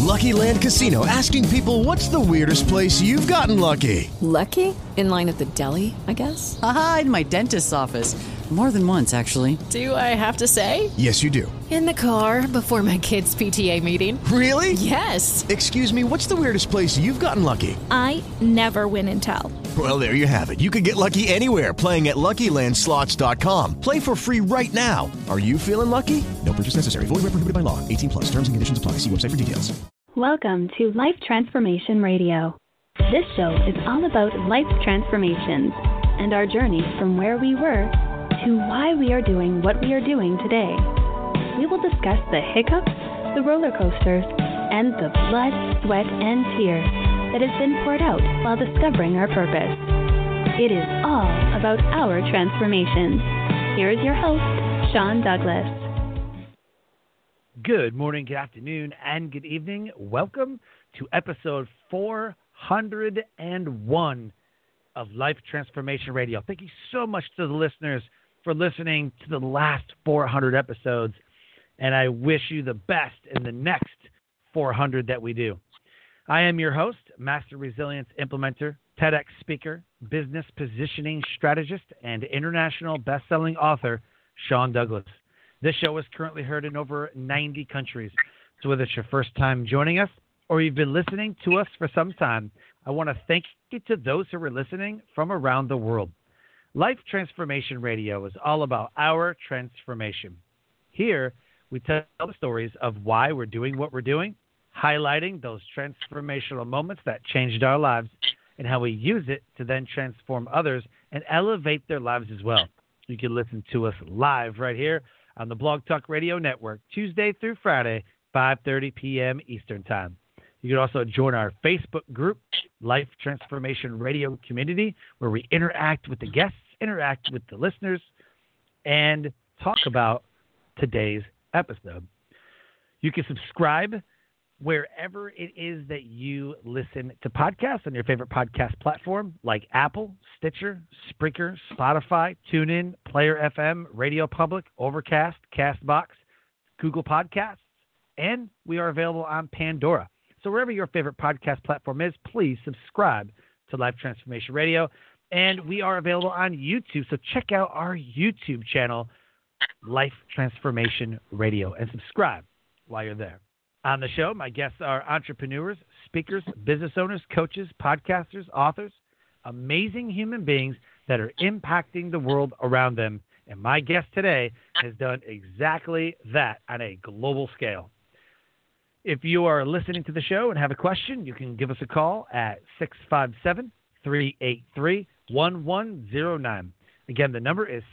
Lucky Land Casino, asking people, what's the weirdest place you've gotten lucky? Lucky? In line at the deli, I guess? Aha, in my dentist's office. More than once, actually. Do I have to say? Yes, you do. In the car before my kids' PTA meeting. Really? Yes. Excuse me, what's the weirdest place you've gotten lucky? I never win and tell. Well, there you have it. You can get lucky anywhere, playing at LuckyLandSlots.com. Play for free right now. Are you feeling lucky? No purchase necessary. Void where prohibited by law. 18 plus. Terms and conditions apply. See website for details. Welcome to Life Transformation Radio. This show is all about life transformations and our journey from where we were to why we are doing what we are doing today. We will discuss the hiccups, the roller coasters, and the blood, sweat, and tears that has been poured out while discovering our purpose. It is all about our transformations. Here is your host, Sean Douglas. Good morning, good afternoon, and good evening. Welcome to episode 401 of Life Transformation Radio. Thank you so much to the listeners for listening to the last 400 episodes, and I wish you the best in the next 400 that we do. I am your host, Master Resilience Implementer, TEDx speaker, business positioning strategist, and international best-selling author, Sean Douglas. This show is currently heard in over 90 countries. So whether it's your first time joining us or you've been listening to us for some time, I want to thank you to those who are listening from around the world. Life Transformation Radio is all about our transformation. Here, we tell the stories of why we're doing what we're doing, highlighting those transformational moments that changed our lives, and how we use it to then transform others and elevate their lives as well. You can listen to us live right here on the Blog Talk Radio Network, Tuesday through Friday, 5:30 p.m. Eastern Time. You can also join our Facebook group, Life Transformation Radio Community, where we interact with the guests, interact with the listeners, and talk about today's episode. You can subscribe wherever it is that you listen to podcasts on your favorite podcast platform, like Apple, Stitcher, Spreaker, Spotify, TuneIn, Player FM, Radio Public, Overcast, CastBox, Google Podcasts, and we are available on Pandora. So wherever your favorite podcast platform is, please subscribe to Life Transformation Radio. And we are available on YouTube, so check out our YouTube channel, Life Transformation Radio, and subscribe while you're there. On the show, my guests are entrepreneurs, speakers, business owners, coaches, podcasters, authors, amazing human beings that are impacting the world around them. And my guest today has done exactly that on a global scale. If you are listening to the show and have a question, you can give us a call at 657-383-1109. Again, the number is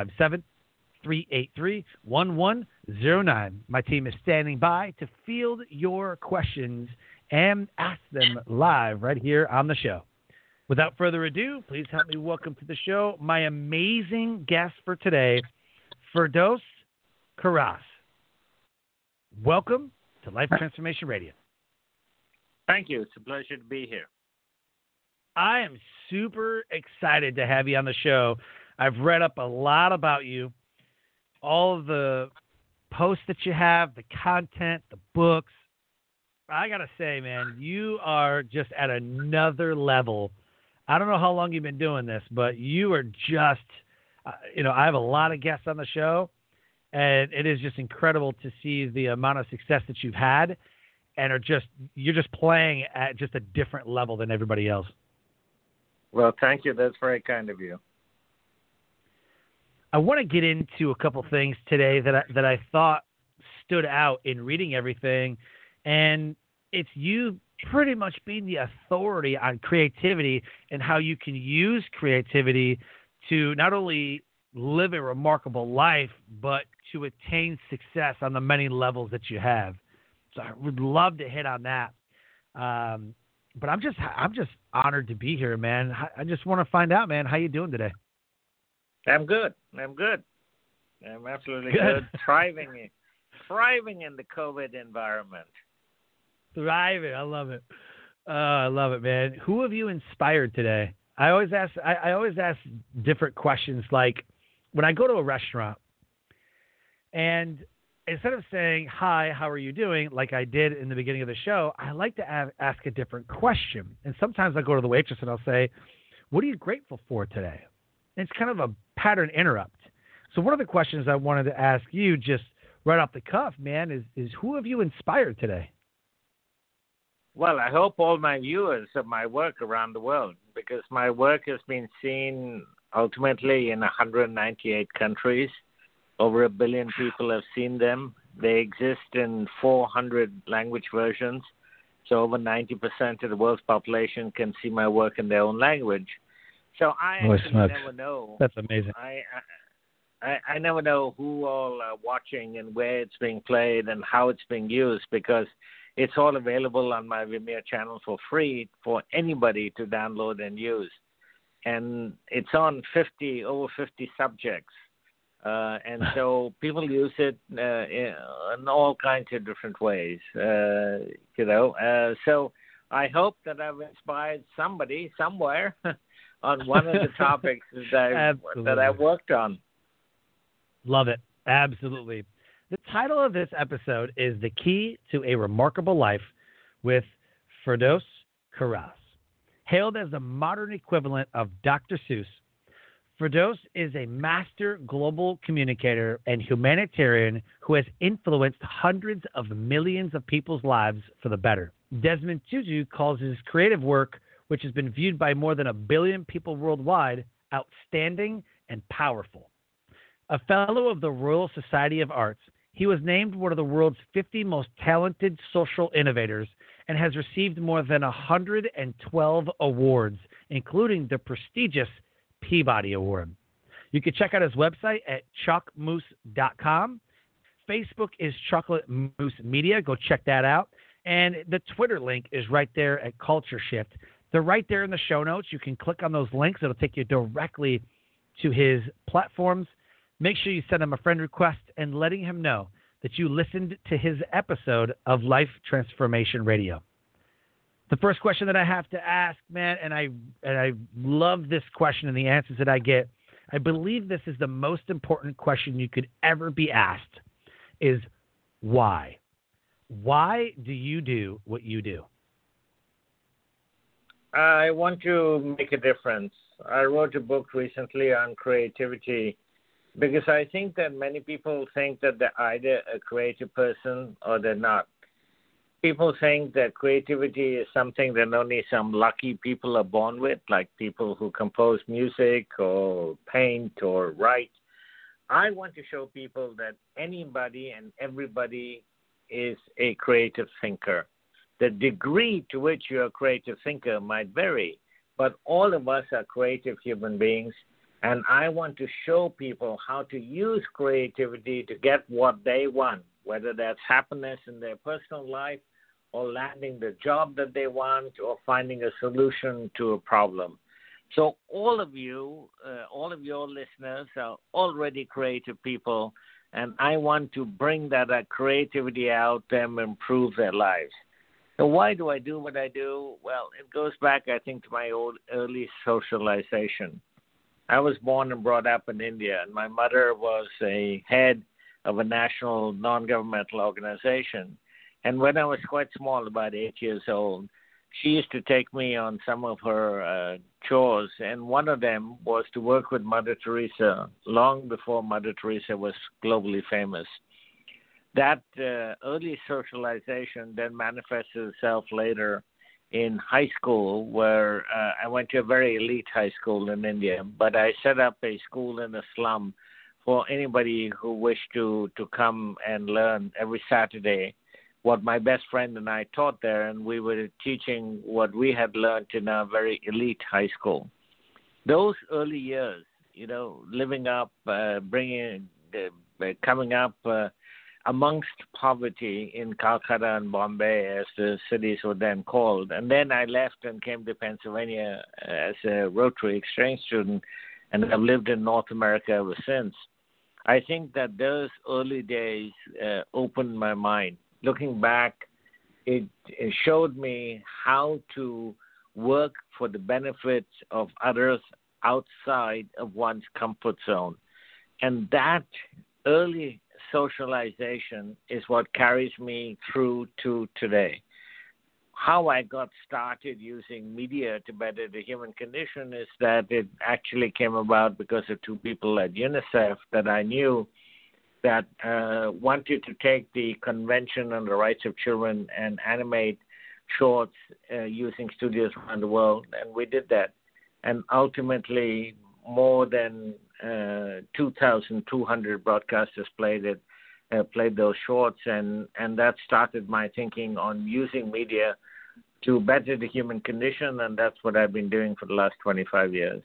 657-383-1109. My team is standing by to field your questions and ask them live right here on the show. Without further ado, please help me welcome to the show my amazing guest for today, Firdaus Kharas. Welcome to Life Transformation Radio. Thank you. It's a pleasure to be here. I am super excited to have you on the show. I've read up a lot about you, all of the posts that you have, the content, the books. I got to say, man, you are just at another level. I don't know how long you've been doing this, but you are just, I have a lot of guests on the show, and it is just incredible to see the amount of success that you've had, and you're just playing at just a different level than everybody else. Well, thank you. That's very kind of you. I want to get into a couple things today that I thought stood out in reading everything, and it's you pretty much being the authority on creativity and how you can use creativity to not only live a remarkable life, but to attain success on the many levels that you have. So I would love to hit on that. But I'm just honored to be here, man. I just want to find out, man, how you doing today? I'm good. I'm absolutely good. Thriving in the COVID environment. Thriving. I love it. I love it, man. Who have you inspired today? I always ask different questions. Like when I go to a restaurant and instead of saying, hi, how are you doing, like I did in the beginning of the show, I like to ask a different question. And sometimes I go to the waitress and I'll say, what are you grateful for today? And it's kind of a pattern interrupt. So one of the questions I wanted to ask you just right off the cuff, man, is who have you inspired today? Well, I hope all my viewers of my work around the world, because my work has been seen ultimately in 198 countries. Over 1 billion people have seen them. They exist in 400 language versions. So over 90% of the world's population can see my work in their own language. So I actually never know. That's amazing. I never know who all are watching and where it's being played and how it's being used, because it's all available on my Vimeo channel for free for anybody to download and use. And it's on over 50 subjects. And so people use it in all kinds of different ways, So I hope that I've inspired somebody somewhere on one of the topics that I've worked on. Love it. Absolutely. The title of this episode is The Key to a Remarkable Life with Firdaus Kharaz. Hailed as the modern equivalent of Dr. Seuss, Firdaus is a master global communicator and humanitarian who has influenced hundreds of millions of people's lives for the better. Desmond Tutu calls his creative work, which has been viewed by more than 1 billion people worldwide, outstanding and powerful. A fellow of the Royal Society of Arts, he was named one of the world's 50 most talented social innovators and has received more than 112 awards, including the prestigious Peabody Award. You can check out his website at chalkmoose.com. Facebook is Chocolate Moose Media. Go check that out. And the Twitter link is right there at Culture Shift. They're right there in the show notes. You can click on those links. It'll take you directly to his platforms. Make sure you send him a friend request and letting him know that you listened to his episode of Life Transformation Radio. The first question that I have to ask, man, and I love this question and the answers that I get. I believe this is the most important question you could ever be asked, is why? Why do you do what you do? I want to make a difference. I wrote a book recently on creativity because I think that many people think that they're either a creative person or they're not. People think that creativity is something that only some lucky people are born with, like people who compose music or paint or write. I want to show people that anybody and everybody is a creative thinker. The degree to which you're a creative thinker might vary, but all of us are creative human beings, and I want to show people how to use creativity to get what they want, whether that's happiness in their personal life or landing the job that they want or finding a solution to a problem. So all of you, all of your listeners are already creative people, and I want to bring that creativity out, them improve their lives. So why do I do what I do? Well, it goes back, I think, to my early socialization. I was born and brought up in India, and my mother was a head of a national non-governmental organization. And when I was quite small, about 8 years old, she used to take me on some of her chores, and one of them was to work with Mother Teresa long before Mother Teresa was globally famous. That early socialization then manifested itself later in high school, where I went to a very elite high school in India, but I set up a school in a slum for anybody who wished to come and learn every Saturday what my best friend and I taught there, and we were teaching what we had learned in a very elite high school. Those early years, living up, coming up amongst poverty in Calcutta and Bombay, as the cities were then called. And then I left and came to Pennsylvania as a Rotary exchange student, and I've lived in North America ever since. I think that those early days opened my mind. Looking back, it showed me how to work for the benefits of others outside of one's comfort zone. And that early socialization is what carries me through to today. How I got started using media to better the human condition is that it actually came about because of two people at UNICEF that I knew that wanted to take the Convention on the Rights of Children and animate shorts using studios around the world, and we did that. And ultimately, more than 2,200 broadcasters played those shorts, and that started my thinking on using media to better the human condition, and that's what I've been doing for the last 25 years.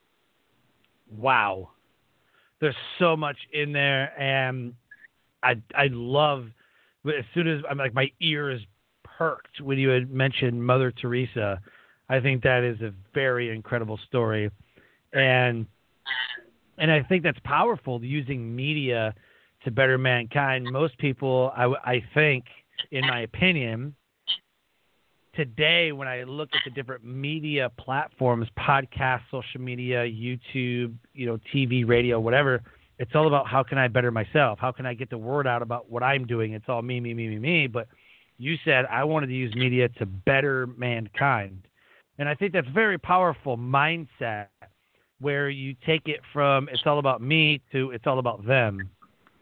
Wow. There's so much in there, and I love, as soon as I'm like, my ears perked when you had mentioned Mother Teresa. I think that is a very incredible story, and I think that's powerful, using media to better mankind. Most people, I think, in my opinion, today, when I look at the different media platforms, podcasts, social media, YouTube, TV, radio, whatever, it's all about how can I better myself? How can I get the word out about what I'm doing? It's all me, me, me, me, me. But you said I wanted to use media to better mankind. And I think that's a very powerful mindset, where you take it from it's all about me to it's all about them.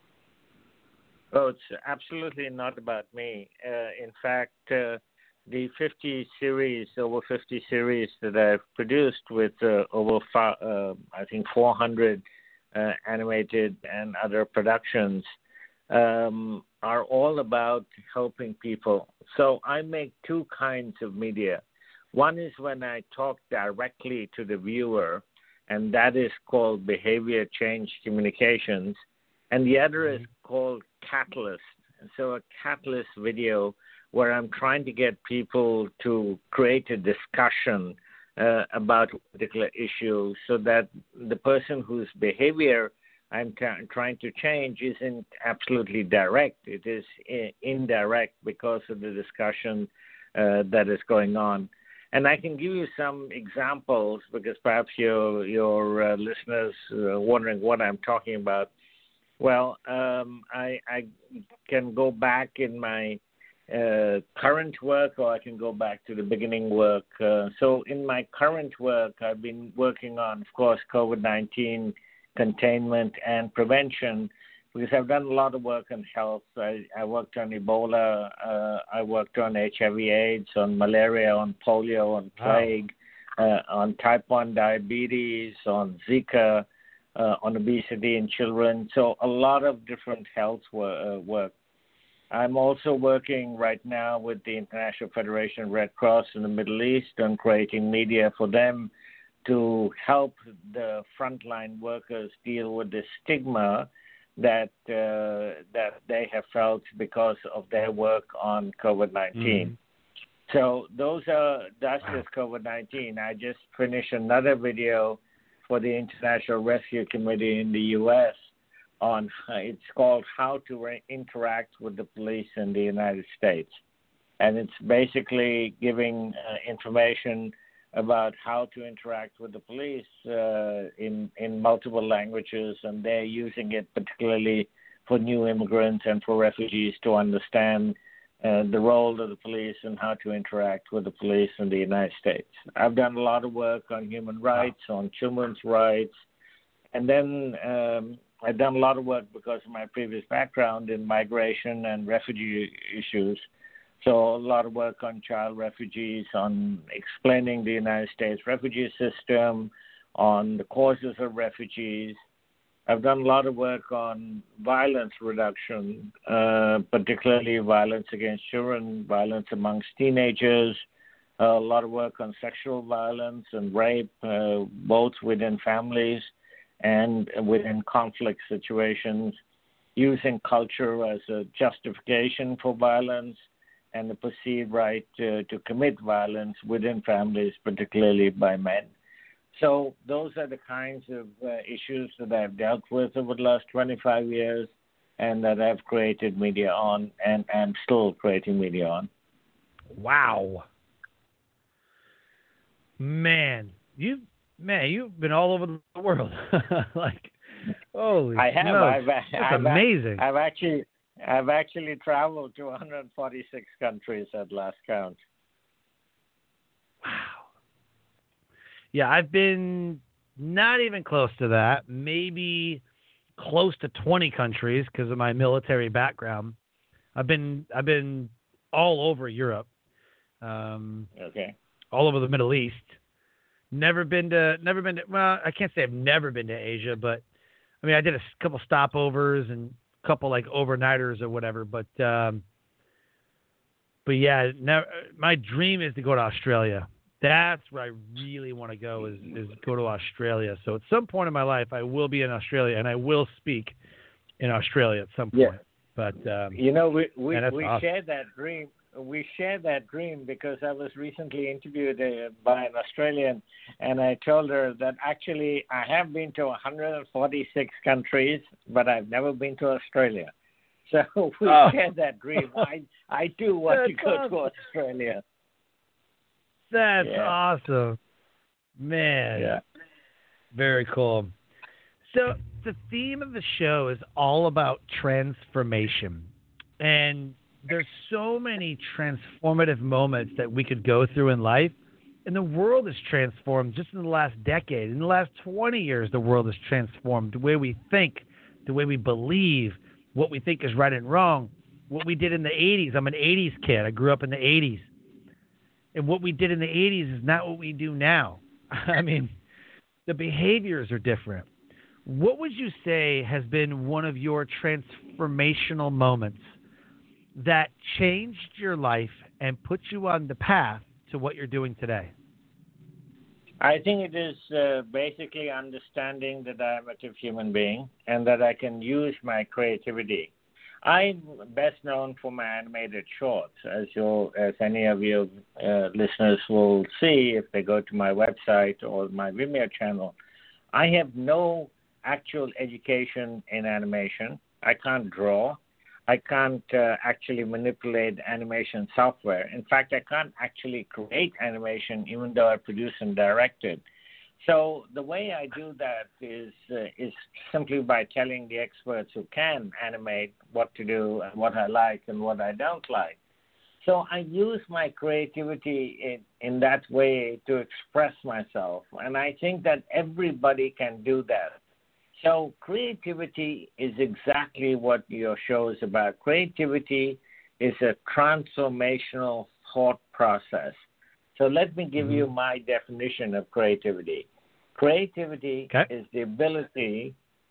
Oh, it's absolutely not about me. In fact, the over 50 series that I've produced with over 400 animated and other productions are all about helping people. So I make two kinds of media. One is when I talk directly to the viewer, and that is called behavior change communications. And the other is called Catalyst. So a Catalyst video where I'm trying to get people to create a discussion about a particular issue, so that the person whose behavior I'm trying to change isn't absolutely direct. It is indirect because of the discussion that is going on. And I can give you some examples, because perhaps your listeners are wondering what I'm talking about. Well, I can go back in my current work, or I can go back to the beginning work. So in my current work, I've been working on, of course, COVID-19 containment and prevention, because I've done a lot of work on health. I worked on Ebola, I worked on HIV/AIDS, on malaria, on polio, on plague, on type 1 diabetes, on Zika, on obesity in children. So a lot of different health work. I'm also working right now with the International Federation of Red Cross in the Middle East on creating media for them to help the frontline workers deal with the stigma that they have felt because of their work on COVID-19. So that's just COVID-19. I just finished another video for the International Rescue Committee in the U.S. on, it's called How to Interact with the Police in the United States. And it's basically giving information about how to interact with the police in multiple languages, and they're using it particularly for new immigrants and for refugees to understand the role of the police and how to interact with the police in the United States. I've done a lot of work on human rights, on children's rights, and then I've done a lot of work because of my previous background in migration and refugee issues. So a lot of work on child refugees, on explaining the United States refugee system, on the causes of refugees. I've done a lot of work on violence reduction, particularly violence against children, violence amongst teenagers, a lot of work on sexual violence and rape, both within families and within conflict situations, using culture as a justification for violence and the perceived right to commit violence within families, particularly by men. So those are the kinds of issues that I've dealt with over the last 25 years and that I've created media on and am still creating media on. Wow. Man, you've been all over the world. Like, Holy I have. smokes. That's amazing. I've actually traveled to 146 countries at last count. Wow. Yeah, I've been not even close to that. Maybe close to 20 countries because of my military background. I've been all over Europe. Okay. All over the Middle East. Never been to. Well, I can't say I've never been to Asia, but I mean, I did a couple stopovers and a couple like overnighters or whatever. But yeah, my dream is to go to Australia. That's where I really want to go is go to Australia. So at some point in my life, I will be in Australia and I will speak in Australia at some point. Yeah. But we awesome. share that dream. We share that dream because I was recently interviewed by an Australian, and I told her that actually I have been to 146 countries, but I've never been to Australia. So we share that dream. I do want to go to Australia. That's awesome. Man. Yeah. Very cool. So the theme of the show is all about transformation. And there's so many transformative moments that we could go through in life. And the world has transformed just in the last decade. In the last 20 years, the world has transformed. The way we think, the way we believe, what we think is right and wrong, what we did in the 80s. I'm an 80s kid. I grew up in the 80s. And what we did in the 80s is not what we do now. I mean, the behaviors are different. What would you say has been one of your transformational moments that changed your life and put you on the path to what you're doing today? I think it is basically understanding that I am a human being and that I can use my creativity. I'm best known for my animated shorts, as any of your listeners will see if they go to my website or my Vimeo channel. I have no actual education in animation. I can't draw. I can't actually manipulate animation software. In fact, I can't actually create animation, even though I produce and direct it. So the way I do that is simply by telling the experts who can animate what to do and what I like and what I don't like. So I use my creativity in that way to express myself, and I think that everybody can do that. So creativity is exactly what your show is about. Creativity is a transformational thought process. So let me give you my definition of creativity. Creativity is the ability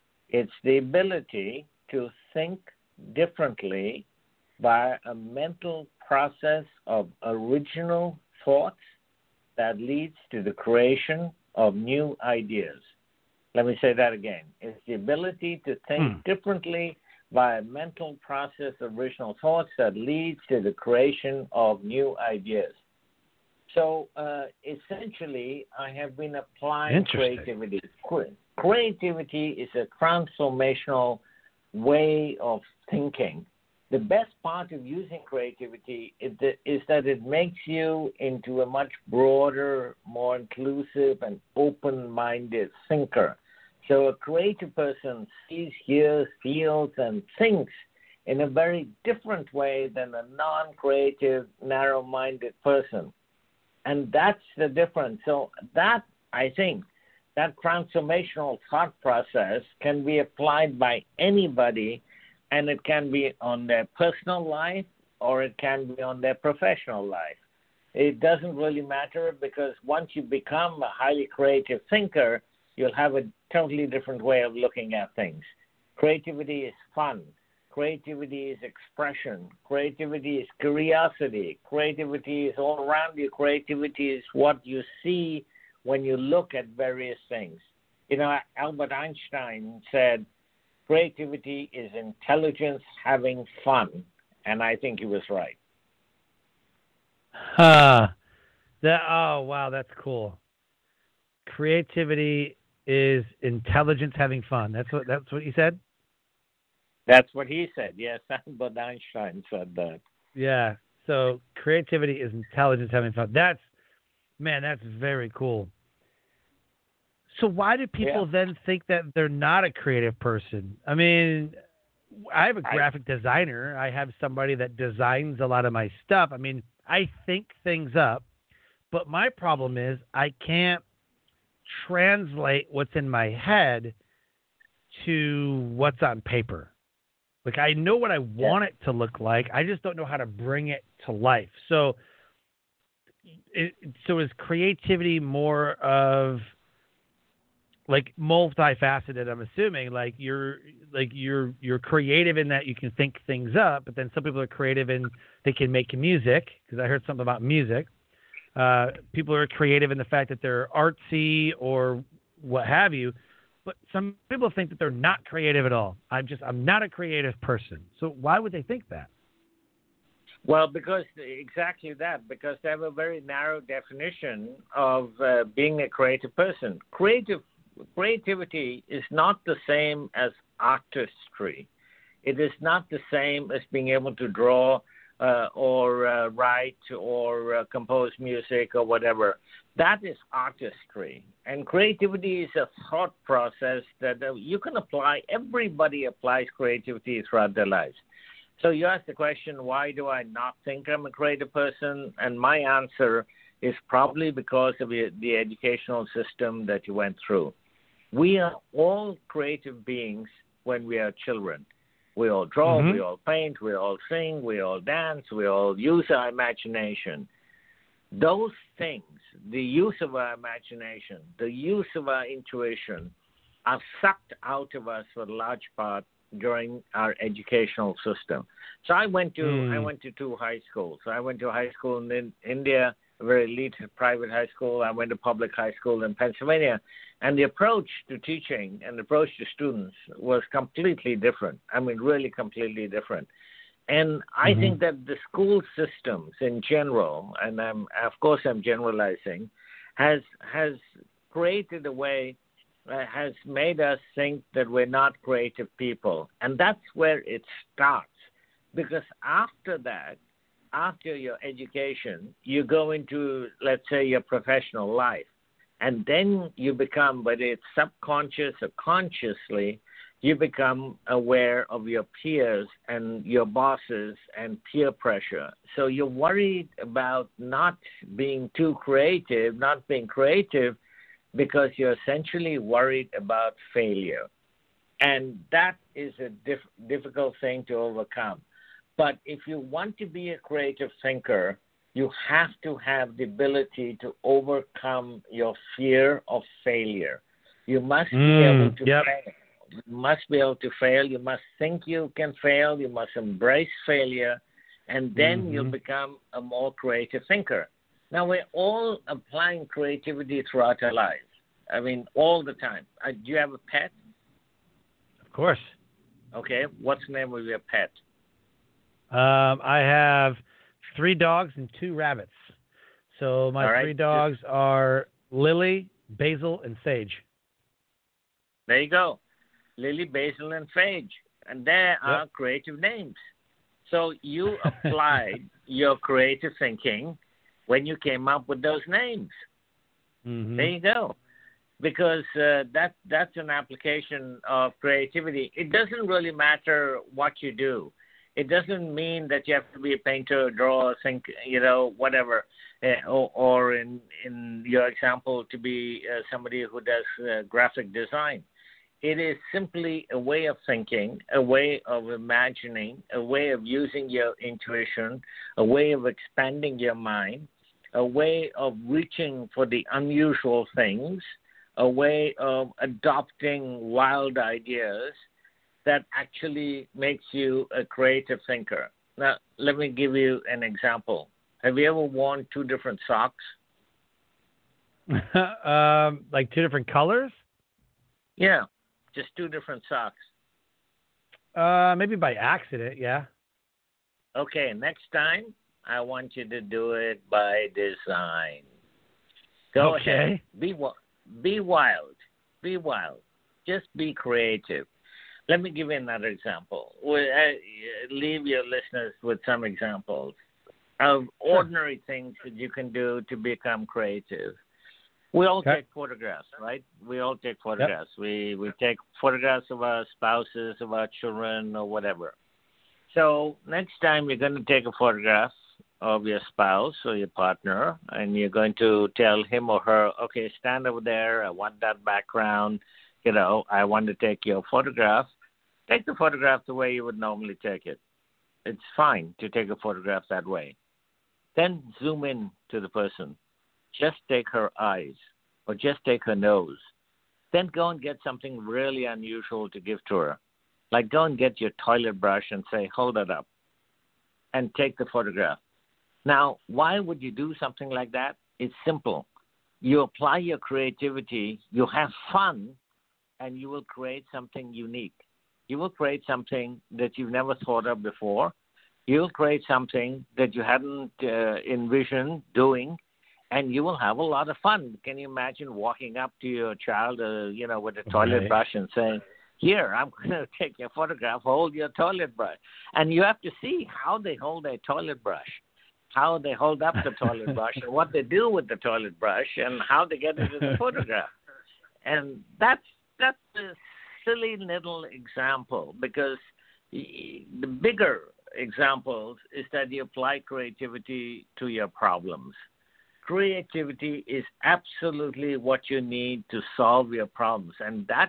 to think differently by a mental process of original thoughts that leads to the creation of new ideas. Let me say that again. It's the ability to think differently by a mental process of original thoughts that leads to the creation of new ideas. So essentially, I have been applying creativity. Creativity is a transformational way of thinking. The best part of using creativity is that it makes you into a much broader, more inclusive, and open-minded thinker. So a creative person sees, hears, feels, and thinks in a very different way than a non-creative, narrow-minded person. And that's the difference. So that, I think, that transformational thought process can be applied by anybody, and it can be on their personal life or it can be on their professional life. It doesn't really matter because once you become a highly creative thinker, you'll have a totally different way of looking at things. Creativity is fun. Creativity is expression. Creativity is curiosity. Creativity is all around you. Creativity is what you see when you look at various things. You know, Albert Einstein said, creativity is intelligence having fun. And I think he was right. Oh, wow, that's cool. Creativity is intelligence having fun. That's what you said? That's what he said. Yes, Albert Einstein said that. Yeah. So creativity is intelligence having fun. That's very cool. So why do people then think that they're not a creative person? I mean, I have a graphic designer. I have somebody that designs a lot of my stuff. I mean, I think things up, but my problem is I can't translate what's in my head to what's on paper. Like, I know what I want it to look like. I just don't know how to bring it to life. So is creativity more of like multifaceted? I'm assuming like you're creative in that you can think things up, but then some people are creative in they can make music, because I heard something about music. People are creative in the fact that they're artsy or what have you, but some people think that they're not creative at all. I'm not a creative person. So why would they think that? Well, because exactly that, because they have a very narrow definition of being a creative person. Creativity is not the same as artistry. It is not the same as being able to draw or write or compose music or whatever. That is artistry. And creativity is a thought process that you can apply. Everybody applies creativity throughout their lives. So you ask the question, why do I not think I'm a creative person? And my answer is probably because of the educational system that you went through. We are all creative beings when we are children. We all draw, we all paint, we all sing, we all dance, we all use our imagination. Those things, the use of our imagination, the use of our intuition, are sucked out of us for a large part during our educational system. So I went to two high schools. So I went to high school in India, a very elite private high school. I went to public high school in Pennsylvania. And the approach to teaching and the approach to students was completely different. I mean, really completely different. And I think that the school systems in general, and I'm generalizing, has created a way, has made us think that we're not creative people. And that's where it starts. Because after that, after your education, you go into, let's say, your professional life. And then you become, whether it's subconscious or consciously, you become aware of your peers and your bosses and peer pressure. So you're worried about not being too creative, not being creative, because you're essentially worried about failure. And that is a difficult thing to overcome. But if you want to be a creative thinker, you have to have the ability to overcome your fear of failure. You must be able to fail. You must be able to fail. You must think you can fail. You must embrace failure. And then you'll become a more creative thinker. Now, we're all applying creativity throughout our lives. I mean, all the time. Do you have a pet? Of course. Okay. What's the name of your pet? I have 3 dogs and 2 rabbits. So my 3 dogs are Lily, Basil, and Sage. There you go. Lily, Basil, and Sage. And there are creative names. So you applied your creative thinking when you came up with those names. There you go. Because that's an application of creativity. It doesn't really matter what you do. It doesn't mean that you have to be a painter, draw, think, whatever, or in your example, to be somebody who does graphic design. It is simply a way of thinking, a way of imagining, a way of using your intuition, a way of expanding your mind, a way of reaching for the unusual things, a way of adopting wild ideas that actually makes you a creative thinker. Now, let me give you an example. Have you ever worn 2 different socks? Like 2 different colors? Yeah, just 2 different socks. Maybe by accident, yeah. Okay, next time, I want you to do it by design. Go ahead. Be wild. Be wild. Just be creative. Let me give you another example. Leave your listeners with some examples of ordinary things that you can do to become creative. We all Okay. take photographs, right? We all take photographs. Yep. We take photographs of our spouses, of our children, or whatever. So next time you're going to take a photograph of your spouse or your partner, and you're going to tell him or her, okay, stand over there. I want that background. I want to take your photograph. Take the photograph the way you would normally take it. It's fine to take a photograph that way. Then zoom in to the person. Just take her eyes or just take her nose. Then go and get something really unusual to give to her. Like go and get your toilet brush and say, hold it up, and take the photograph. Now, why would you do something like that? It's simple. You apply your creativity, you have fun, and you will create something unique. You will create something that you've never thought of before. You'll create something that you hadn't envisioned doing, and you will have a lot of fun. Can you imagine walking up to your child, with a toilet brush and saying, here, I'm going to take your photograph, hold your toilet brush. And you have to see how they hold their toilet brush, how they hold up the toilet brush, and what they do with the toilet brush, and how they get it in the photograph. And that's a silly little example, because the bigger examples is that you apply creativity to your problems. Creativity is absolutely what you need to solve your problems. And that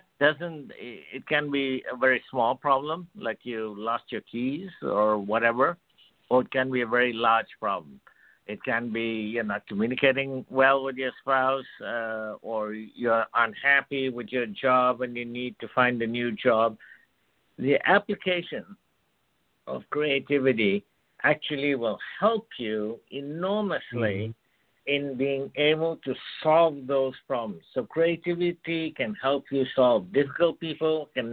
it can be a very small problem, like you lost your keys or whatever, or it can be a very large problem. It can be you're not communicating well with your spouse, or you're unhappy with your job and you need to find a new job. The application of creativity actually will help you enormously in being able to solve those problems. So creativity can help you solve difficult people, can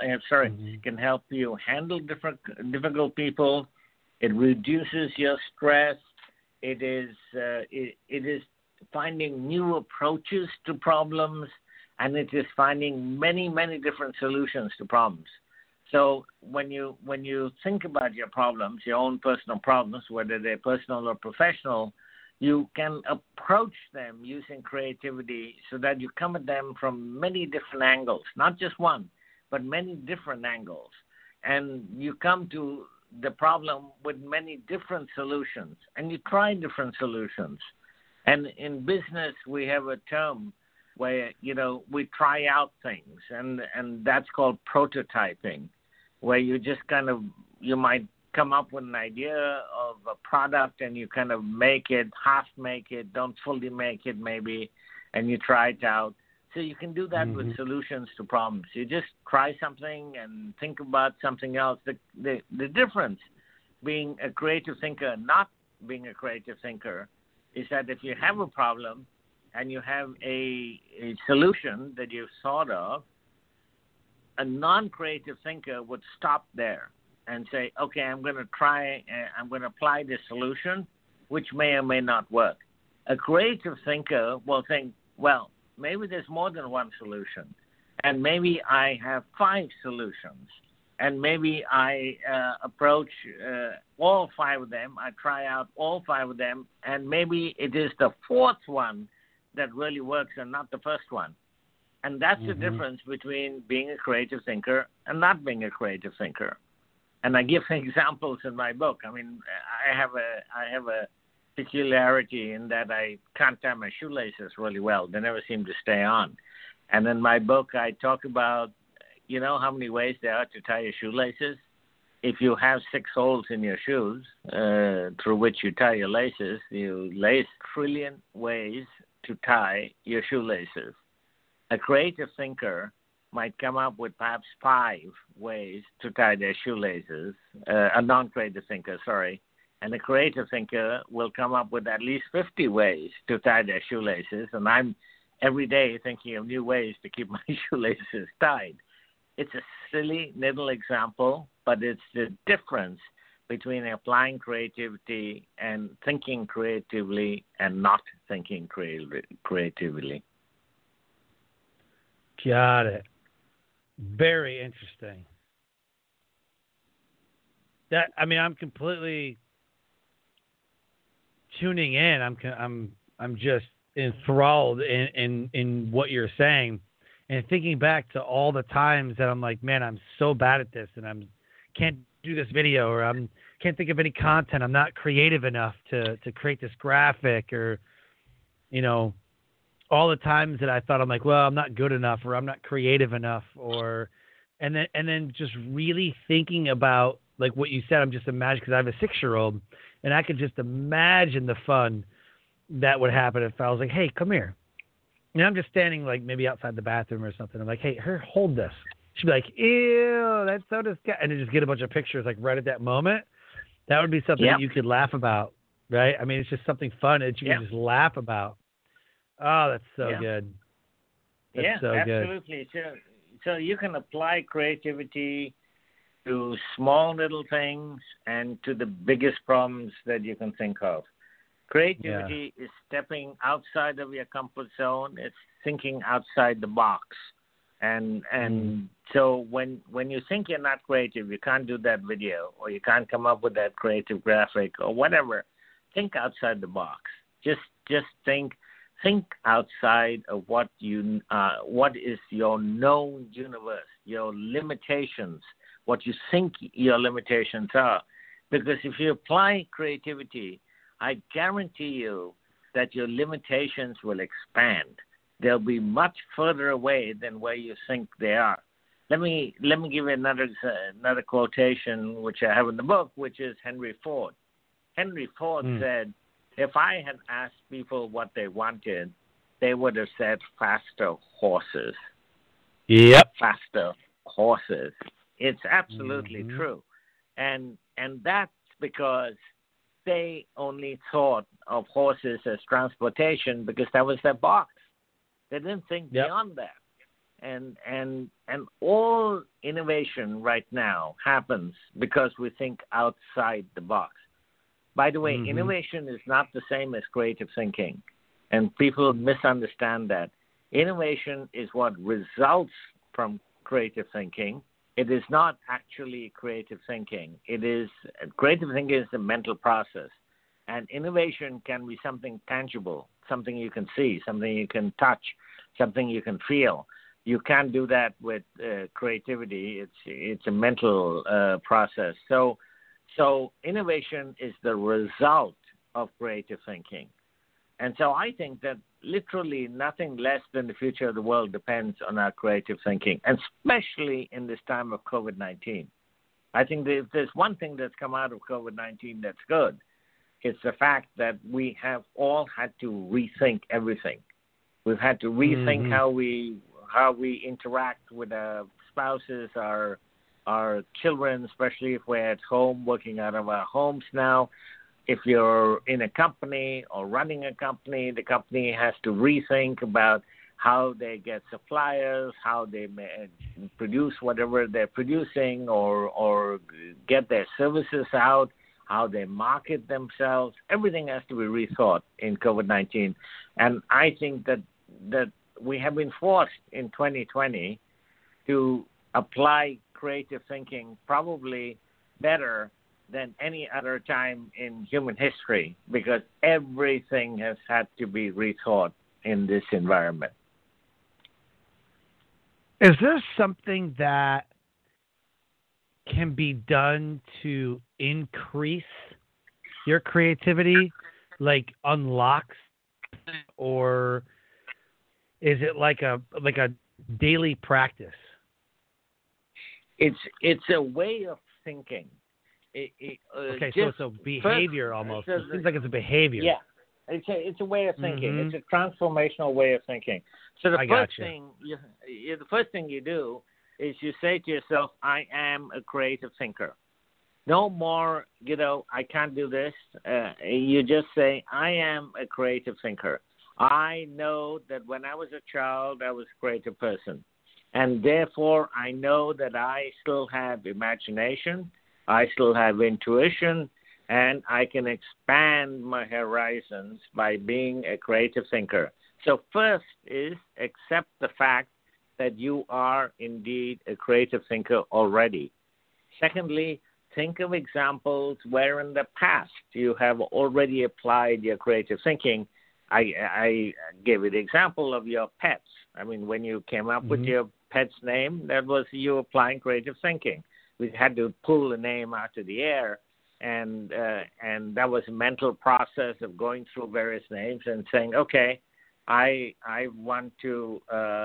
help you handle difficult people. It reduces your stress. It is finding new approaches to problems, and it is finding many, many different solutions to problems. So when you think about your problems, your own personal problems, whether they're personal or professional, you can approach them using creativity so that you come at them from many different angles, not just one, but many different angles. And you come to the problem with many different solutions, and you try different solutions. And in business, we have a term where, we try out things, and that's called prototyping, where you just you might come up with an idea of a product and you kind of half make it, don't fully make it maybe, and you try it out. So you can do that with solutions to problems. You just try something and think about something else. The difference being a creative thinker and not being a creative thinker is that if you have a problem and you have a solution that you've thought of, a non-creative thinker would stop there and say, okay, I'm going to apply this solution, which may or may not work. A creative thinker will think, well, maybe there's more than one solution, and maybe I have 5 solutions, and maybe I approach all 5 of them, I try out all 5 of them, and maybe it is the 4th one that really works and not the first one. And that's the difference between being a creative thinker and not being a creative thinker. And I give examples in my book. I mean, I have a peculiarity in that I can't tie my shoelaces really well. They never seem to stay on. And in my book, I talk about, how many ways there are to tie your shoelaces. If you have 6 holes in your shoes through which you tie your laces, you lace trillion ways to tie your shoelaces. A creative thinker might come up with perhaps 5 ways to tie their shoelaces, a non-creative thinker, sorry, and a creative thinker will come up with at least 50 ways to tie their shoelaces, and I'm every day thinking of new ways to keep my shoelaces tied. It's a silly little example, but it's the difference between applying creativity and thinking creatively and not thinking creatively. Got it. Very interesting. I'm completely tuning in. I'm just enthralled in what you're saying, and thinking back to all the times that I'm like, man, I'm so bad at this, and can't do this video, or can't think of any content. I'm not creative enough to create this graphic, or all the times that I thought I'm like, well, I'm not good enough, or I'm not creative enough, and then just really thinking about, like what you said, I'm just imagining, because I have a 6-year-old, and I could just imagine the fun that would happen if I was like, hey, come here. And I'm just standing like maybe outside the bathroom or something. I'm like, hey, here, hold this. She'd be like, ew, that's so disgusting. And then just get a bunch of pictures like right at that moment. That would be something that you could laugh about, right? I mean, it's just something fun that you can just laugh about. Oh, that's so good. That's so absolutely. Good. So you can apply creativity to small little things and to the biggest problems that you can think of. Creativity is stepping outside of your comfort zone. It's thinking outside the box. And so when you think you're not creative, you can't do that video, or you can't come up with that creative graphic or whatever. Think outside the box. Just think outside of what is your known universe, your limitations, what you think your limitations are. Because if you apply creativity, I guarantee you that your limitations will expand. They'll be much further away than where you think they are. Let me give you another quotation which I have in the book, which is Henry Ford. Henry Ford said, if I had asked people what they wanted, they would have said faster horses. Yep. Faster horses. It's absolutely true. And that's because they only thought of horses as transportation because that was their box. They didn't think beyond that. And all innovation right now happens because we think outside the box. By the way, innovation is not the same as creative thinking, and people misunderstand that. Innovation is what results from creative thinking. It is not actually creative thinking. Creative thinking is a mental process, and innovation can be something tangible, something you can see, something you can touch, something you can feel. You can't do that with creativity. It's a mental process. So innovation is the result of creative thinking. And so I think that literally nothing less than the future of the world depends on our creative thinking, and especially in this time of COVID-19. I think that if there's one thing that's come out of COVID-19 that's good, it's the fact that we have all had to rethink everything. We've had to rethink how we interact with our spouses, our children, especially if we're at home, working out of our homes now. If you're in a company or running a company, the company has to rethink about how they get suppliers, how they may produce whatever they're producing, or get their services out, how they market themselves. Everything has to be rethought in COVID-19. And I think that we have been forced in 2020 to apply creative thinking probably better than any other time in human history, because everything has had to be rethought in this environment. Is there something that can be done to increase your creativity, like unlocks, or is it like a daily practice? It's a way of thinking. Okay, so it's a behavior almost. It seems like it's a behavior. Yeah, it's a way of thinking. It's a transformational way of thinking. So the first thing you do is you say to yourself, I am a creative thinker. No more, I can't do this. You just say, I am a creative thinker. I know that when I was a child, I was a creative person. And therefore, I know that I still have imagination, I still have intuition, and I can expand my horizons by being a creative thinker. So first is accept the fact that you are indeed a creative thinker already. Secondly, think of examples where in the past you have already applied your creative thinking I gave you the example of your pets. I mean, when you came up with your pet's name, that was you applying creative thinking. We had to pull the name out of the air, and that was a mental process of going through various names and saying, okay, I want to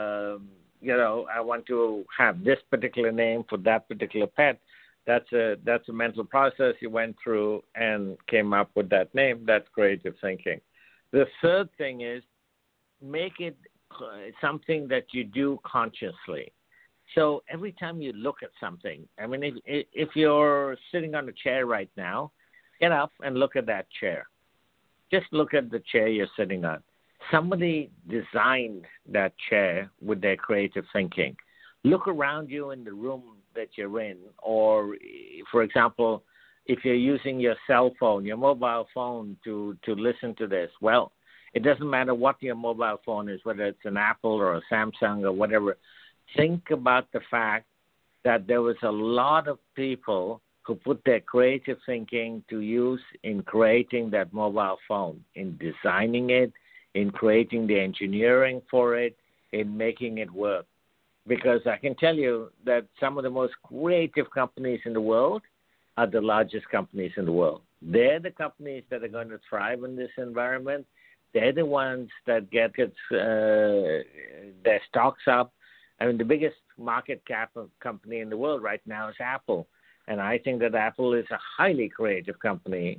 I want to have this particular name for that particular pet. That's a mental process you went through and came up with that name. That's creative thinking. The third thing is make it something that you do consciously. So every time you look at something, I mean, if you're sitting on a chair right now, get up and look at that chair. Just look at the chair you're sitting on. Somebody designed that chair with their creative thinking. Look around you in the room that you're in, or, for example, if you're using your cell phone, your mobile phone to listen to this, well, it doesn't matter what your mobile phone is, whether it's an Apple or a Samsung or whatever. Think about the fact that there was a lot of people who put their creative thinking to use in creating that mobile phone, in designing it, in creating the engineering for it, in making it work. Because I can tell you that some of the most creative companies in the world are the largest companies in the world. They're the companies that are going to thrive in this environment. They're the ones that get their stocks up. I mean, the biggest market cap of company in the world right now is Apple. And I think that Apple is a highly creative company.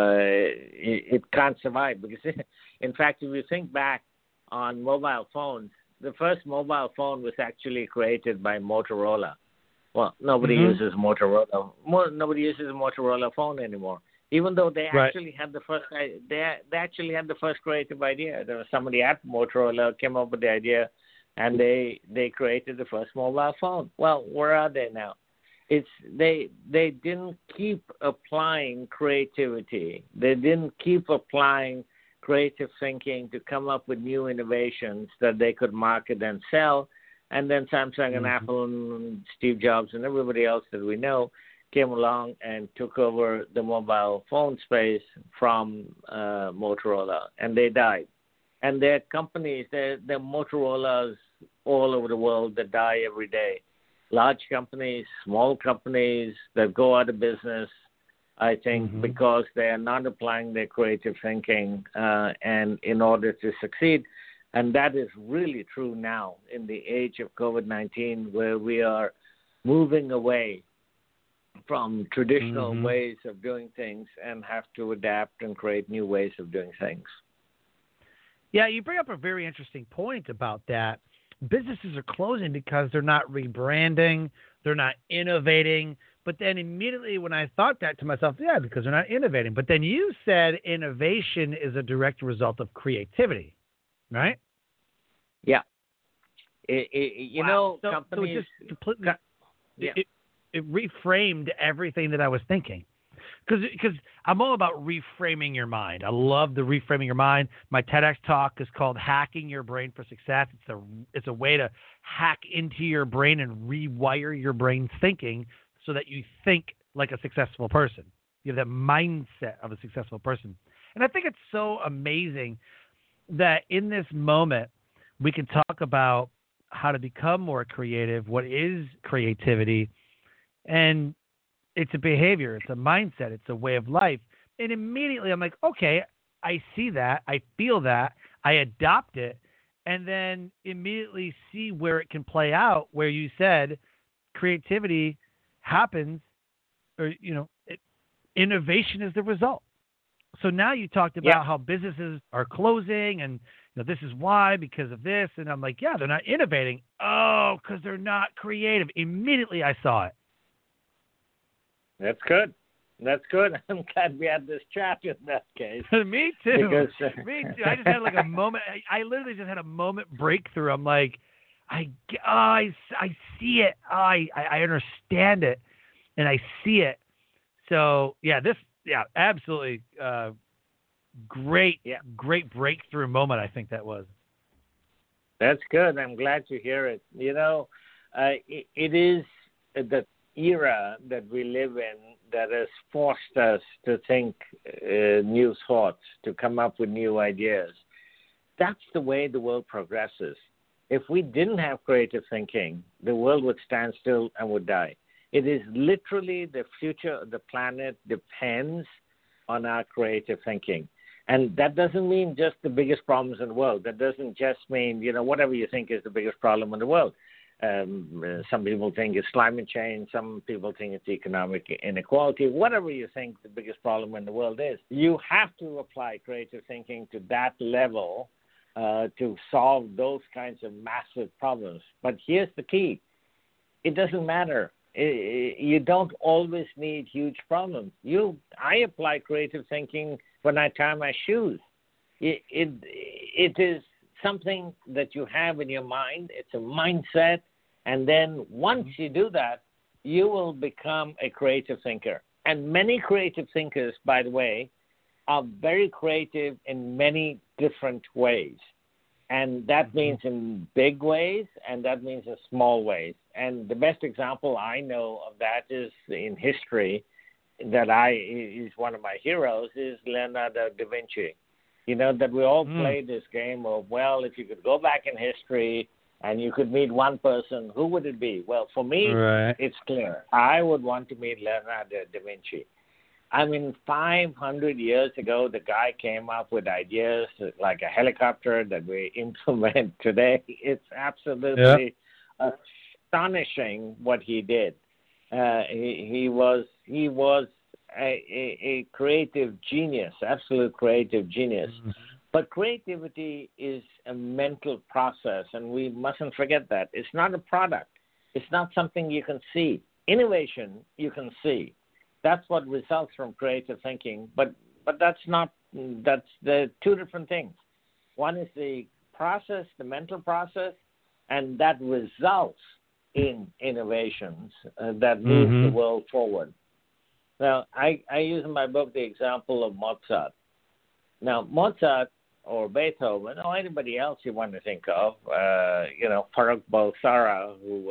It can't survive because, in fact, if you think back on mobile phones, the first mobile phone was actually created by Motorola. Well, nobody uses Motorola. Nobody uses a Motorola phone anymore. Even though they actually had the first, they actually had the first creative idea. There was somebody at Motorola came up with the idea, and they created the first mobile phone. Well, where are they now? They didn't keep applying creativity. They didn't keep applying creative thinking to come up with new innovations that they could market and sell. And then Samsung and Apple and Steve Jobs and everybody else that we know came along and took over the mobile phone space from Motorola, and they died. And there are companies, there are Motorola's all over the world that die every day. Large companies, small companies that go out of business, I think, because they are not applying their creative thinking and in order to succeed. And that is really true now in the age of COVID-19, where we are moving away from traditional ways of doing things and have to adapt and create new ways of doing things. Yeah, you bring up a very interesting point about that. Businesses are closing because they're not rebranding, they're not innovating. But then immediately when I thought that to myself, yeah, because they're not innovating. But then you said innovation is a direct result of creativity, right? Yeah. You know, companies... So it just completely, it reframed everything that I was thinking. Because I'm all about reframing your mind. I love the reframing your mind. My TEDx talk is called Hacking Your Brain for Success. It's a way to hack into your brain and rewire your brain thinking so that you think like a successful person. You have that mindset of a successful person. And I think it's so amazing that in this moment we can talk about how to become more creative, what is creativity, and it's a behavior, it's a mindset, it's a way of life. And immediately I'm like, okay, I see that, I feel that, I adopt it, and then immediately see where it can play out, where you said creativity happens, or, innovation is the result. So now you talked about how businesses are closing and this is why, because of this. And I'm like, yeah, they're not innovating. Oh, because they're not creative. Immediately I saw it. That's good. That's good. I'm glad we had this chat in that case. Me too. Because, Me too. I just had like a moment. I literally just had a moment breakthrough. I'm like, I see it. I understand it, and I see it. So absolutely great breakthrough moment. I think that was. That's good. I'm glad to hear it. It is the era that we live in that has forced us to think new thoughts, to come up with new ideas. that's the way the world progresses. If we didn't have creative thinking, the world would stand still and would die. It is literally the future of the planet depends on our creative thinking. And that doesn't mean just the biggest problems in the world. That doesn't just mean, whatever you think is the biggest problem in the world. Some people think it's climate change. Some people think it's economic inequality. Whatever you think the biggest problem in the world is, you have to apply creative thinking to that level to solve those kinds of massive problems. But here's the key. It doesn't matter. You don't always need huge problems. I apply creative thinking when I tie my shoes. It is something that you have in your mind. It's a mindset. And then once you do that, you will become a creative thinker. And many creative thinkers, by the way, are very creative in many different ways. And that means in big ways, and that means in small ways. And the best example I know of that is in history, is one of my heroes, is Leonardo da Vinci. That we all played this game of, well, if you could go back in history and you could meet one person, who would it be? Well, for me, It's clear. I would want to meet Leonardo da Vinci. 500 years ago, the guy came up with ideas like a helicopter that we implement today. It's absolutely astonishing what he did. He was a creative genius, absolute creative genius. Mm-hmm. But creativity is a mental process, and we mustn't forget that. It's not a product. It's not something you can see. Innovation, you can see. That's what results from creative thinking. But that's the two different things. One is the process, the mental process, and that results in innovations that move the world forward. Now, I use in my book the example of Mozart. Now, Mozart or Beethoven or anybody else you want to think of, Farrokh Bulsara, who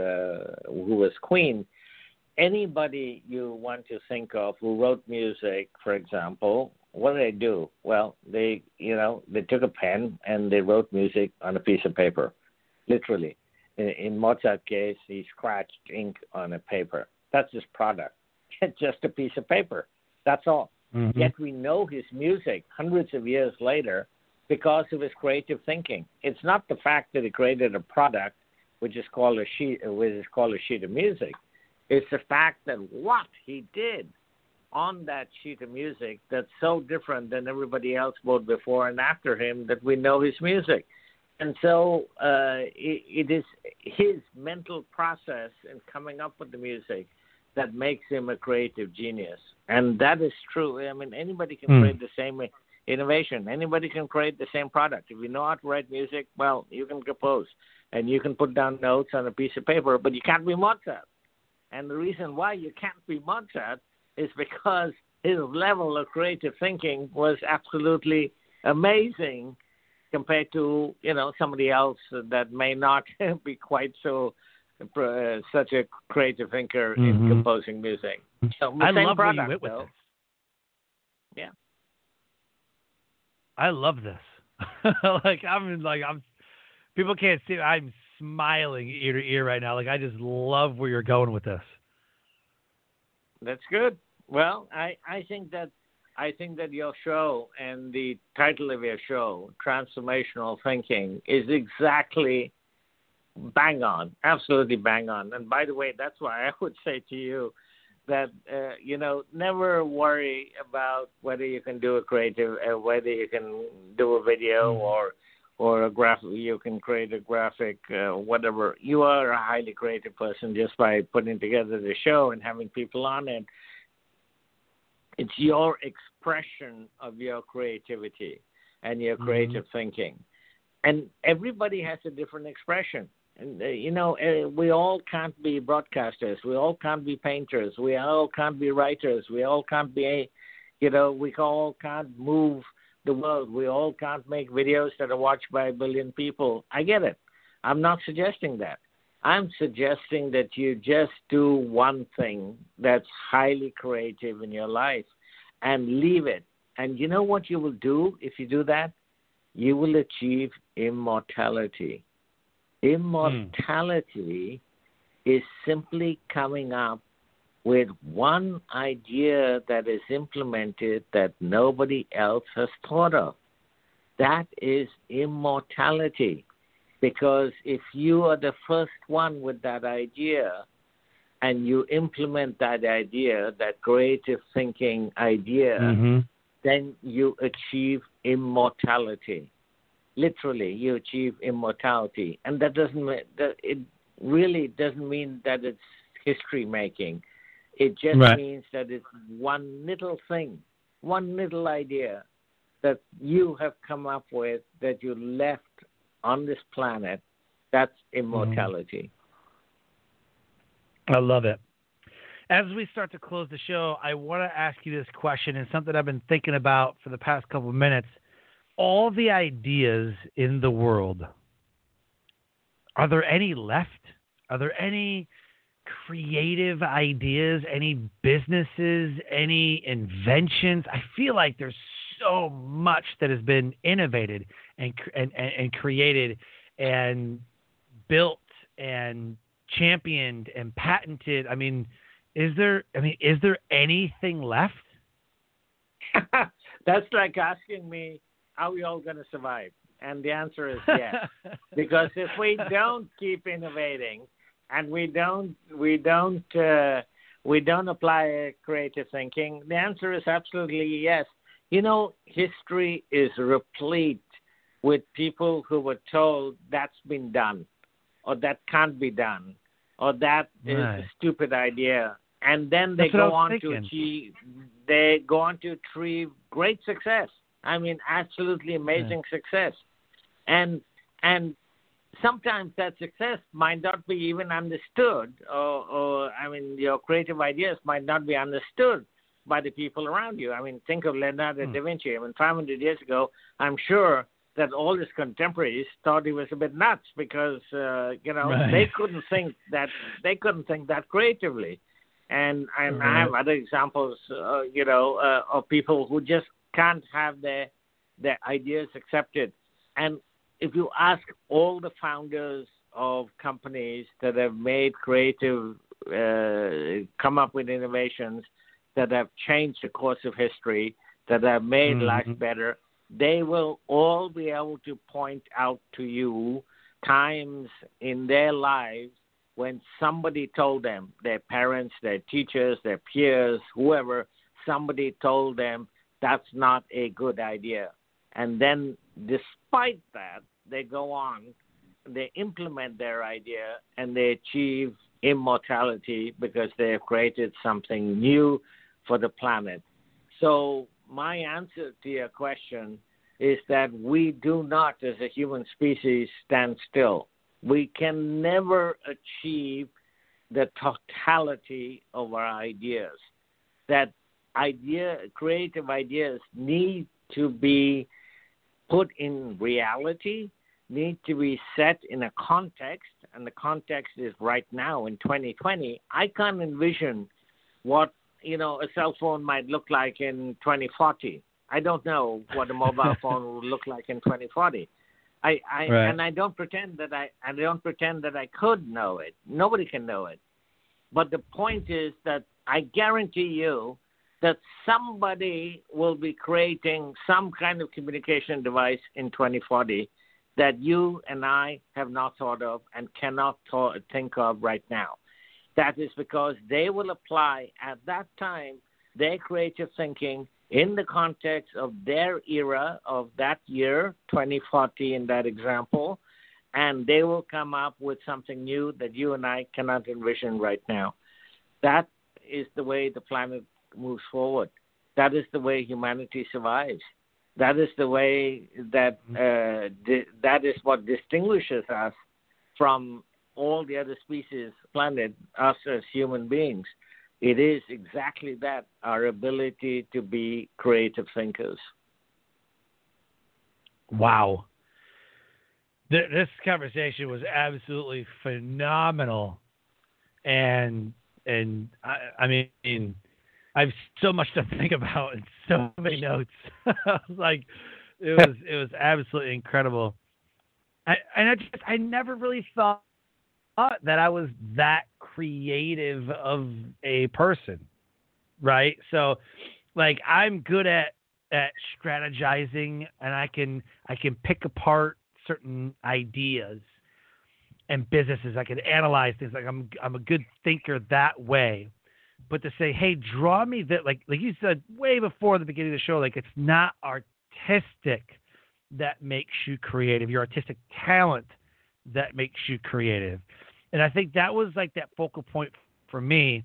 was Queen, anybody you want to think of who wrote music, for example, what did they do? Well, they took a pen and they wrote music on a piece of paper, literally. In Mozart's case, he scratched ink on a paper. That's his product. Just a piece of paper. That's all. Mm-hmm. Yet we know his music hundreds of years later because of his creative thinking. It's not the fact that he created a product which is called a sheet of music. It's the fact that what he did on that sheet of music that's so different than everybody else, both before and after him, that we know his music. And so it is his mental process in coming up with the music that makes him a creative genius. And that is true. Anybody can create the same innovation. Anybody can create the same product. If you know how to write music, well, you can compose. And you can put down notes on a piece of paper, but you can't be Mozart. And the reason why you can't be Mozart is because his level of creative thinking was absolutely amazing compared to, somebody else that may not be quite such a creative thinker in composing music. So I love where you went with this. Yeah. I love this. I'm people can't see. I'm smiling ear to ear right now. I just love where you're going with this. That's good. Well, I think that your show and the title of your show, Transformational Thinking, is exactly bang on, absolutely bang on. And by the way, that's why I would say to you that, never worry about whether you can do a creative, whether you can do a video or a graphic, you can create a graphic, whatever. You are a highly creative person just by putting together the show and having people on it. It's your expression of your creativity and your creative thinking. And everybody has a different expression. And, we all can't be broadcasters. We all can't be painters. We all can't be writers. We all can't be, we all can't move the world. We all can't make videos that are watched by 1 billion people. I get it. I'm not suggesting that. I'm suggesting that you just do one thing that's highly creative in your life and leave it. And you know what you will do if you do that? you will achieve immortality. Immortality is simply coming up with one idea that is implemented that nobody else has thought of. That is immortality. Because if you are the first one with that idea and you implement that idea, that creative thinking idea, then you achieve immortality. Literally, you achieve immortality. And that it really doesn't mean that it's history making. It just means that it's one little thing, one little idea that you have come up with that you left on this planet. That's immortality. I love it. As we start to close the show, I want to ask you this question, and something I've been thinking about for the past couple of minutes. All the ideas in the world, are there any left? Are there any creative ideas, any businesses, any inventions? I feel like there's so much that has been innovated and created and built and championed and patented. I mean, is there anything left? That's like asking me, are we all going to survive? And the answer is yes. Because if we don't keep innovating and we don't apply creative thinking, the answer is absolutely yes. You know, history is replete with people who were told that's been done, or that can't be done, or that is a stupid idea, and then they go on to achieve great success. I mean, absolutely amazing success, and sometimes that success might not be even understood, or I mean, your creative ideas might not be understood by the people around you. I mean, think of Leonardo da Vinci. I mean, 500 years ago, I'm sure that all his contemporaries thought he was a bit nuts because they couldn't think that creatively. And I have other examples, of people who just can't have their ideas accepted. And if you ask all the founders of companies that have made creative, come up with innovations that have changed the course of history, that have made life better, they will all be able to point out to you times in their lives when somebody told them, their parents, their teachers, their peers, whoever, somebody told them that's not a good idea. And then despite that, they go on, they implement their idea, and they achieve immortality because they have created something new for the planet. So my answer to your question is that we do not, as a human species, stand still. We can never achieve the totality of our ideas. That creative ideas need to be put in reality, need to be set in a context, and the context is right now in 2020. I can't envision what a cell phone might look like in 2040. I don't know what a mobile phone will look like in 2040. And I don't pretend that I could know it. Nobody can know it. But the point is that I guarantee you that somebody will be creating some kind of communication device in 2040 that you and I have not thought of and cannot think of right now. That is because they will apply at that time their creative thinking in the context of their era of that year, 2040 in that example, and they will come up with something new that you and I cannot envision right now. That is the way the planet moves forward. That is the way humanity survives. That is the way that that is what distinguishes us from all the other species, planet, us as human beings. It is exactly that, our ability to be creative thinkers. Wow. This conversation was absolutely phenomenal. And I mean, I have so much to think about and so many notes. I was like, It was absolutely incredible. I never really thought that I was that creative of a person, right? So, like, I'm good at strategizing, and I can pick apart certain ideas and businesses. I can analyze things. Like, I'm a good thinker that way. But to say, hey, draw me that, like you said way before the beginning of the show, like, it's not artistic that makes you creative. Your artistic talent that makes you creative. And I think that was like that focal point for me,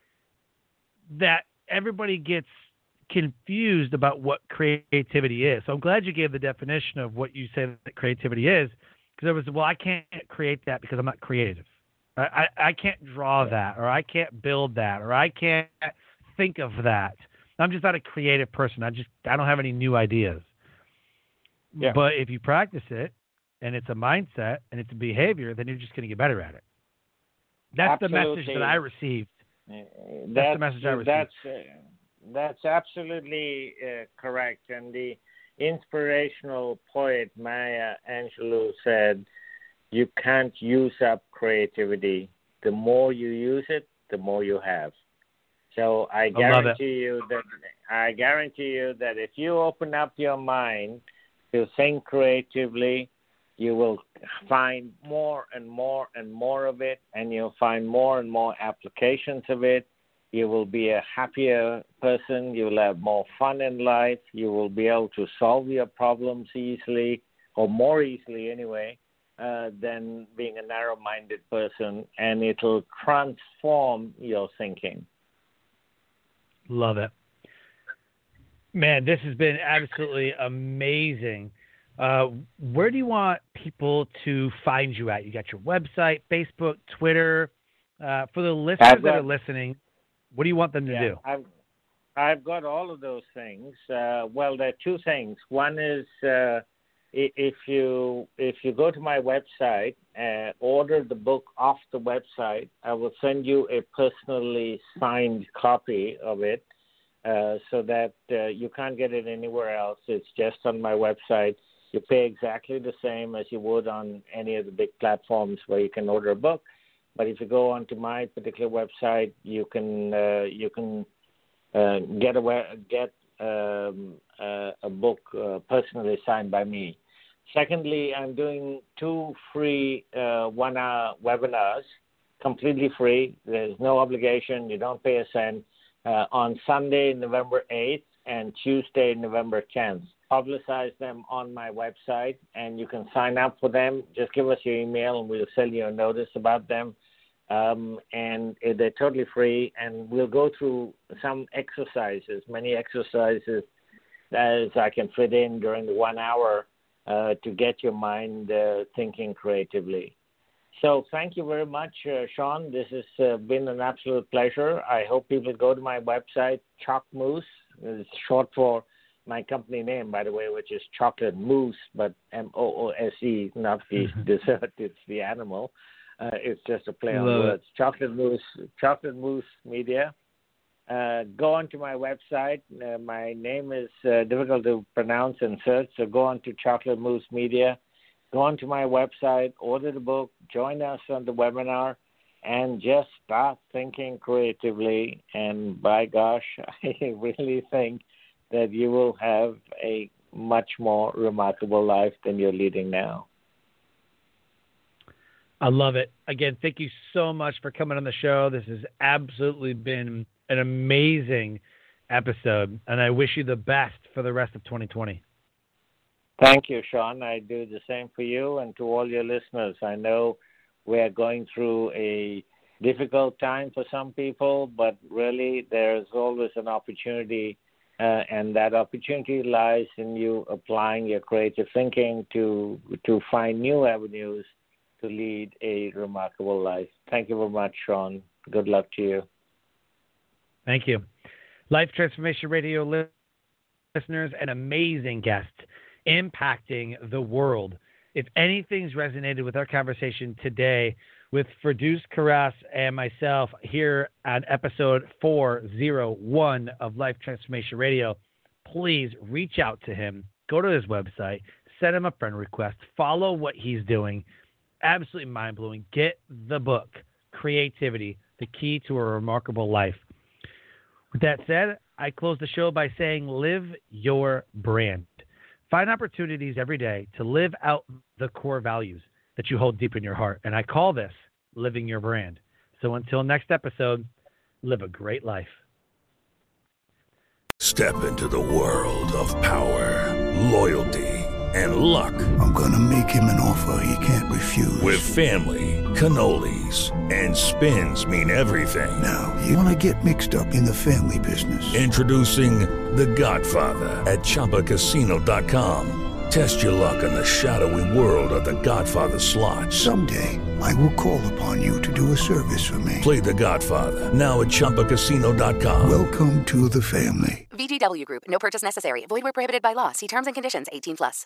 that everybody gets confused about what creativity is. So I'm glad you gave the definition of what you say that creativity is, because I was, well, I can't create that because I'm not creative. I can't draw that, or I can't build that, or I can't think of that. I'm just not a creative person. I don't have any new ideas. Yeah. But if you practice it, and it's a mindset, and it's a behavior, then you're just going to get better at it. That's Absolutely. The message that I received. That's the message I received. That's absolutely correct. And the inspirational poet Maya Angelou said, you can't use up creativity. The more you use it, the more you have. So I guarantee you that if you open up your mind to think creatively, you will find more and more and more of it, and you'll find more and more applications of it. You will be a happier person. You will have more fun in life. You will be able to solve your problems easily, or more easily anyway, than being a narrow-minded person, and it will transform your thinking. Love it. Man, this has been absolutely amazing. Where do you want people to find you at? You got your website, Facebook, Twitter. For the listeners that are listening, what do you want them to do? I've got all of those things. Well, there are two things. One is if you go to my website, order the book off the website, I will send you a personally signed copy of it, so that you can't get it anywhere else. It's just on my website. You pay exactly the same as you would on any of the big platforms where you can order a book. But if you go onto my particular website, you can get a book personally signed by me. Secondly, I'm doing 2 free 1-hour webinars, completely free. There's no obligation. You don't pay a cent. On Sunday, November 8th, and Tuesday, November 10th. Publicize them on my website, and you can sign up for them. Just give us your email, and we'll send you a notice about them. And they're totally free, and we'll go through some exercises, many exercises as I can fit in during the 1 hour to get your mind thinking creatively. So thank you very much, Sean. This has been an absolute pleasure. I hope people go to my website, Choc Moose. It's short for my company name, by the way, which is Chocolate Moose, but Moose, not the dessert, it's the animal. It's just a play on words. Chocolate Moose Media. Go onto my website. My name is difficult to pronounce and search, so go on to Chocolate Moose Media. Go onto my website, order the book, join us on the webinar, and just start thinking creatively. And by gosh, I really think that you will have a much more remarkable life than you're leading now. I love it. Again, thank you so much for coming on the show. This has absolutely been an amazing episode, and I wish you the best for the rest of 2020. Thank you, Sean. I do the same for you and to all your listeners. I know we are going through a difficult time for some people, but really there's always an opportunity, and that opportunity lies in you applying your creative thinking to find new avenues to lead a remarkable life. Thank you very much, Sean. Good luck to you. Thank you. Life Transformation Radio listeners, an amazing guest impacting the world. If anything's resonated with our conversation today with Firdaus Kharas and myself here on episode 401 of Life Transformation Radio, please reach out to him Go to his website, send him a friend request, follow what he's doing. Absolutely mind-blowing. Get the book, Creativity, the Key to a Remarkable Life. With that said, I close the show by saying live your brand. Find opportunities every day to live out the core values that you hold deep in your heart. And I call this living your brand. So until next episode, live a great life. Step into the world of power, loyalty, and luck. I'm going to make him an offer he can't refuse. With family, cannolis, and spins mean everything. Now, you want to get mixed up in the family business. Introducing The Godfather at ChumbaCasino.com. Test your luck in the shadowy world of The Godfather slot. Someday, I will call upon you to do a service for me. Play The Godfather, now at ChumbaCasino.com. Welcome to the family. VGW Group. No purchase necessary. Void where prohibited by law. See terms and conditions. 18+.